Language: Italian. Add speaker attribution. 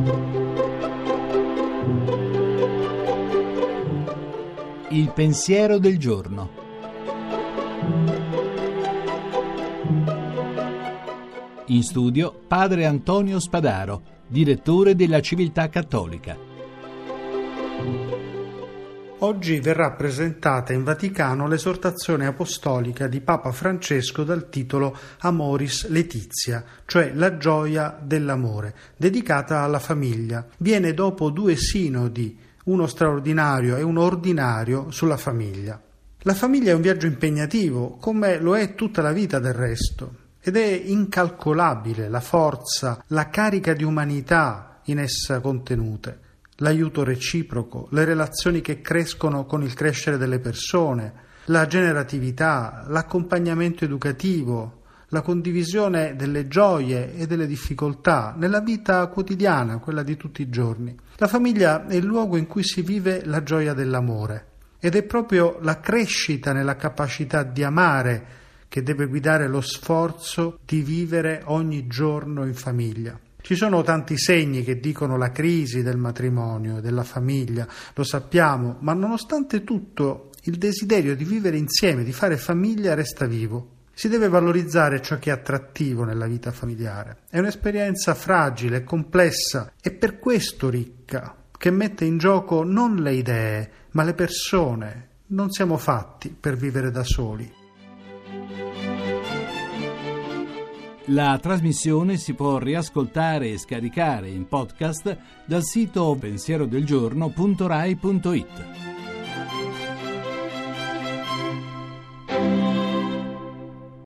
Speaker 1: Il pensiero del giorno. In studio padre Antonio Spadaro, direttore della Civiltà Cattolica.
Speaker 2: Oggi verrà presentata in Vaticano l'esortazione apostolica di Papa Francesco dal titolo Amoris Laetitia, cioè la gioia dell'amore, dedicata alla famiglia. Viene dopo 2 sinodi, uno straordinario e uno ordinario, sulla famiglia. La famiglia è un viaggio impegnativo, come lo è tutta la vita del resto, ed è incalcolabile la forza, la carica di umanità in essa contenute. L'aiuto reciproco, le relazioni che crescono con il crescere delle persone, la generatività, l'accompagnamento educativo, la condivisione delle gioie e delle difficoltà nella vita quotidiana, quella di tutti i giorni. La famiglia è il luogo in cui si vive la gioia dell'amore ed è proprio la crescita nella capacità di amare che deve guidare lo sforzo di vivere ogni giorno in famiglia. Ci sono tanti segni che dicono la crisi del matrimonio e della famiglia, lo sappiamo, ma nonostante tutto il desiderio di vivere insieme, di fare famiglia resta vivo. Si deve valorizzare ciò che è attrattivo nella vita familiare. È un'esperienza fragile e complessa e per questo ricca, che mette in gioco non le idee, ma le persone. Non siamo fatti per vivere da soli.
Speaker 1: La trasmissione si può riascoltare e scaricare in podcast dal sito pensierodelgiorno.rai.it.